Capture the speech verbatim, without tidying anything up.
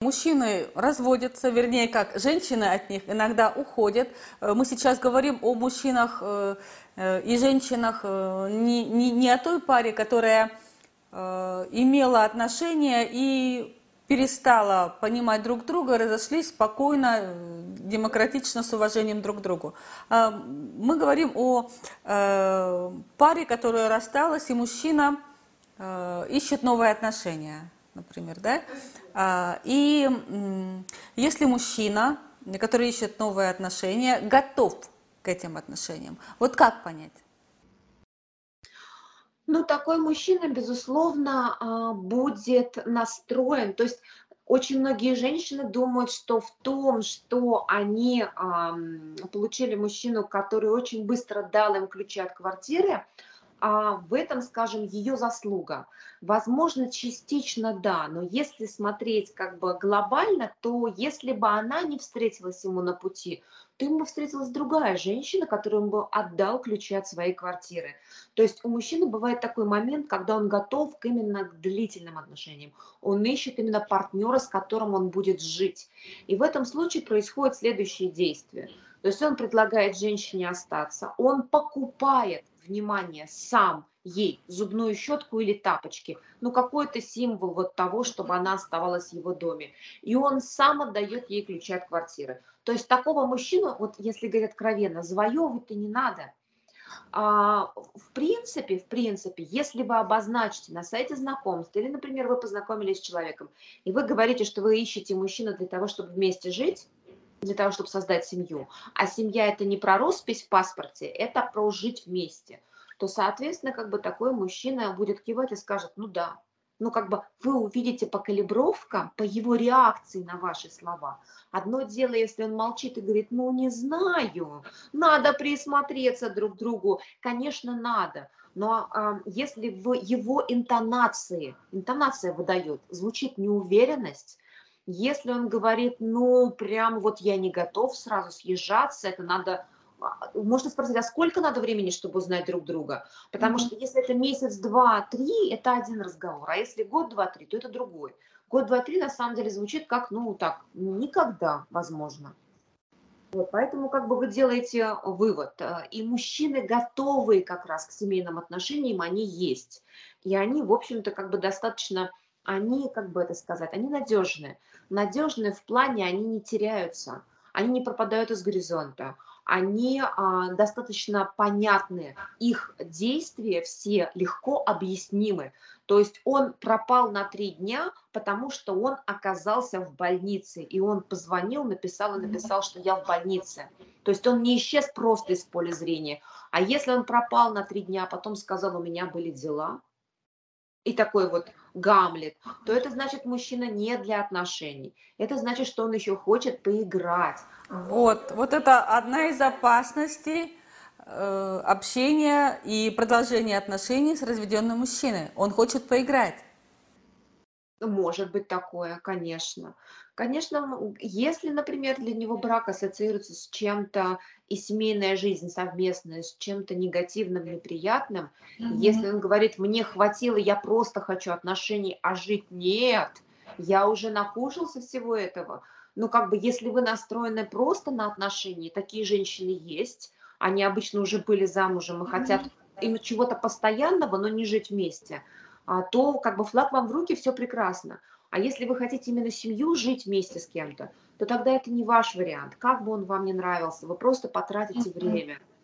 мужчины разводятся, вернее, как женщины от них иногда уходят. Э, Мы сейчас говорим о мужчинах э, э, и женщинах, э, не, не, не о той паре, которая э, имела отношения и перестала понимать друг друга, разошлись спокойно, э, демократично, с уважением друг к другу. А Мы говорим о э, паре, которая рассталась, и мужчина э, ищет новые отношения, например, да? А, И м, если мужчина, который ищет новые отношения, готов к этим отношениям, вот как понять? Ну, такой мужчина, безусловно, а, будет настроен. То есть очень многие женщины думают, что в том, что они ам, получили мужчину, который очень быстро дал им ключи от квартиры, а, в этом, скажем, ее заслуга. Возможно, частично да, но если смотреть как бы глобально, то если бы она не встретилась ему на пути, то ему бы встретилась другая женщина, которая ему бы отдал ключи от своей квартиры. То есть у мужчины бывает такой момент, когда он готов к именно к длительным отношениям. Он ищет именно партнера, с которым он будет жить. И в этом случае происходит следующее действие. То есть он предлагает женщине остаться, он покупает, внимание, сам ей зубную щетку или тапочки, ну какой-то символ вот того, чтобы она оставалась в его доме. И он сам отдает ей ключи от квартиры. То есть такого мужчину, вот если говорить откровенно, завоевывать-то не надо. А, в принципе, в принципе, если вы обозначите на сайте знакомств или, например, вы познакомились с человеком, и вы говорите, что вы ищете мужчину для того, чтобы вместе жить, для того, чтобы создать семью, а семья это не про роспись в паспорте, это про жить вместе, то, соответственно, как бы такой мужчина будет кивать и скажет, ну да, ну как бы вы увидите по калибровкам, по его реакции на ваши слова. Одно дело, если он молчит и говорит, ну не знаю, надо присмотреться друг к другу, конечно, надо. Но а, если в его интонации, интонация выдает, звучит неуверенность, если он говорит, ну, прям вот я не готов сразу съезжаться, это надо, а, можно спросить, а сколько надо времени, чтобы узнать друг друга? Потому Мгм. что если это месяц, два, три, это один разговор, а если год, два, три, то это другой. Год, два, три на самом деле звучит как, ну, так, никогда, возможно. Вот, поэтому как бы вы делаете вывод, э, и мужчины готовые как раз к семейным отношениям, они есть. И они, в общем-то, как бы достаточно, они, как бы это сказать, они надежные. Надежные в плане, они не теряются, они не пропадают из горизонта, они а, достаточно понятны, их действия все легко объяснимы. То есть он пропал на три дня, потому что он оказался в больнице, и он позвонил, написал и написал, что я в больнице. То есть он не исчез просто из поля зрения. А если он пропал на три дня, а потом сказал, у меня были дела, и такой вот Гамлет, то это значит, мужчина не для отношений. Это значит, что он еще хочет поиграть. Вот, вот это одна из опасностей э, общения и продолжения отношений с разведенным мужчиной. Он хочет поиграть. Может быть такое, конечно. Конечно, м, если, например, для него брак ассоциируется с чем-то, и семейная жизнь совместная с чем-то негативным, неприятным, если он говорит, мне хватило, я просто хочу отношений, а жить нет, я уже накушался всего этого. Ну, как бы, если вы настроены просто на отношения, такие женщины есть, они обычно уже были замужем и хотят им чего-то постоянного, но не жить вместе, а, то как бы флаг вам в руки, все прекрасно. А если вы хотите именно семью, жить вместе с кем-то, то тогда это не ваш вариант. Как бы он вам не нравился, вы просто потратите время.